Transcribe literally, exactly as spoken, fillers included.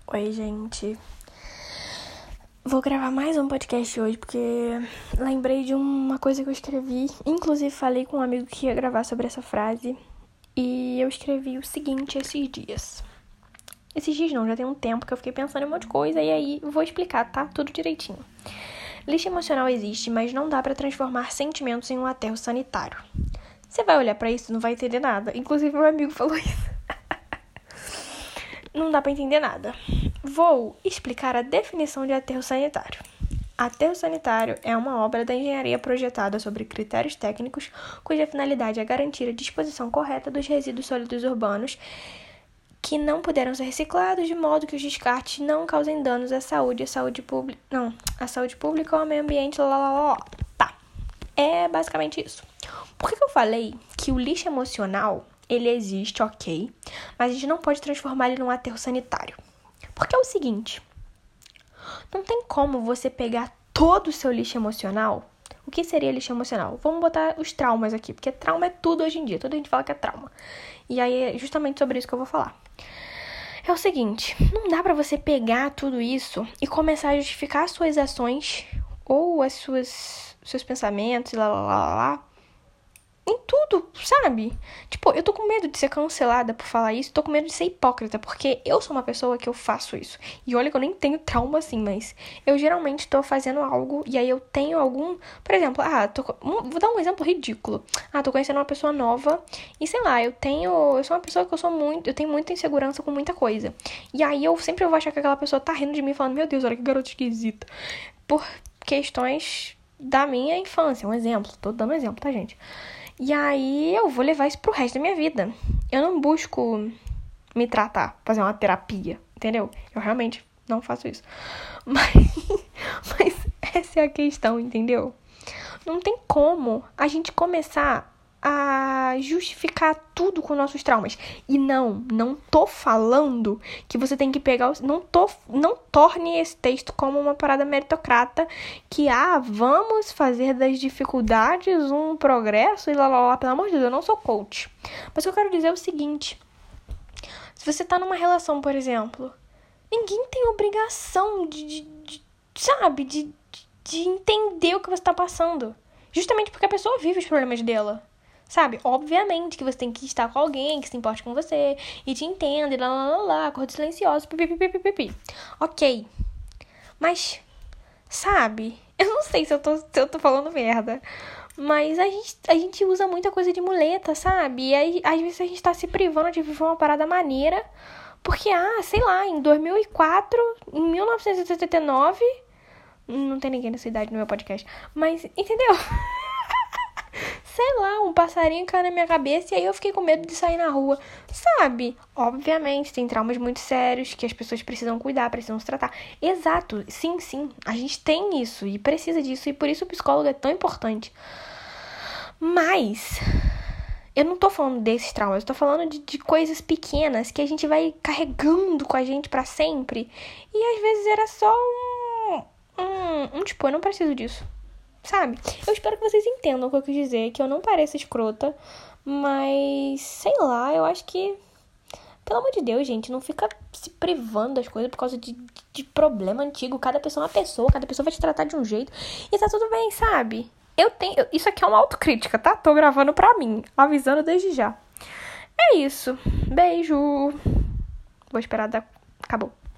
Oi, gente. Vou gravar mais um podcast hoje porque lembrei de uma coisa que eu escrevi. Inclusive, falei com um amigo que ia gravar sobre essa frase. E eu escrevi o seguinte esses dias. Esses dias não, já tem um tempo que eu fiquei pensando em um monte de coisa. E aí, vou explicar, tá? Tudo direitinho. Lixo emocional existe, mas não dá pra transformar sentimentos em um aterro sanitário. Você vai olhar pra isso e não vai entender nada. Inclusive, meu amigo falou isso. Não dá pra entender nada. Vou explicar a definição de aterro sanitário. Aterro sanitário é uma obra da engenharia projetada sobre critérios técnicos cuja finalidade é garantir a disposição correta dos resíduos sólidos urbanos que não puderam ser reciclados de modo que os descartes não causem danos à saúde, à saúde pública, não, à saúde pública ou ao meio ambiente, lá, lá, lá, lá. Tá. É basicamente isso. Por que que eu falei que o lixo emocional ele existe, ok, mas a gente não pode transformar ele num aterro sanitário? Porque é o seguinte, não tem como você pegar todo o seu lixo emocional. O que seria lixo emocional? Vamos botar os traumas aqui, porque trauma é tudo hoje em dia, toda a gente fala que é trauma. E aí é justamente sobre isso que eu vou falar. É o seguinte, não dá pra você pegar tudo isso e começar a justificar as suas ações ou as suas seus pensamentos, lá, lá, lá, lá, em tudo, sabe? Tipo, eu tô com medo de ser cancelada por falar isso, tô com medo de ser hipócrita, porque eu sou uma pessoa que eu faço isso. E olha que eu nem tenho trauma assim, mas eu geralmente tô fazendo algo e aí eu tenho algum... Por exemplo, ah, tô... vou dar um exemplo ridículo. Ah, tô conhecendo uma pessoa nova e sei lá, eu tenho... Eu sou uma pessoa que eu sou muito... Eu tenho muita insegurança com muita coisa. E aí eu sempre vou achar que aquela pessoa tá rindo de mim falando, meu Deus, olha que garota esquisita. Por questões da minha infância, um exemplo. Tô dando um exemplo, tá, gente? E aí eu vou levar isso pro resto da minha vida. Eu não busco me tratar, fazer uma terapia, entendeu? Eu realmente não faço isso. Mas, mas essa é a questão, entendeu? Não tem como a gente começar a justificar tudo com nossos traumas. E não, não tô falando que você tem que pegar... O, não, tô, não torne esse texto como uma parada meritocrata que, ah, vamos fazer das dificuldades um progresso e lá, lá, lá. Pelo amor de Deus, eu não sou coach. Mas o que eu quero dizer é o seguinte. Se você tá numa relação, por exemplo, ninguém tem obrigação de, de, de sabe, de, de entender o que você tá passando. Justamente porque a pessoa vive os problemas dela. Sabe? Obviamente que você tem que estar com alguém que se importe com você e te entenda, e lá, lá, lá, lá, acordo silencioso, pipipipipipi. Ok. Mas, sabe? Eu não sei se eu tô, se eu tô falando merda. Mas a gente, a gente usa muita coisa de muleta, sabe? E aí, às vezes a gente tá se privando de viver uma parada maneira. Porque, ah, sei lá, em dois mil e quatro, em mil novecentos e setenta e nove... Não tem ninguém nessa idade no meu podcast. Mas, entendeu? Sei lá, um passarinho caiu na minha cabeça e aí eu fiquei com medo de sair na rua, sabe? Obviamente, tem traumas muito sérios que as pessoas precisam cuidar, precisam se tratar. Exato, sim, sim, a gente tem isso e precisa disso e por isso o psicólogo é tão importante. Mas eu não tô falando desses traumas, eu tô falando de, de coisas pequenas que a gente vai carregando com a gente pra sempre e às vezes era só um, um, um tipo, eu não preciso disso. Sabe? Eu espero que vocês entendam o que eu quis dizer, que eu não pareço escrota, mas, sei lá, eu acho que, pelo amor de Deus, gente, não fica se privando das coisas por causa de, de problema antigo. Cada pessoa é uma pessoa, cada pessoa vai te tratar de um jeito e tá tudo bem, sabe? Eu tenho, isso aqui é uma autocrítica, tá? Tô gravando pra mim, avisando desde já. É isso. Beijo. Vou esperar dar... Acabou.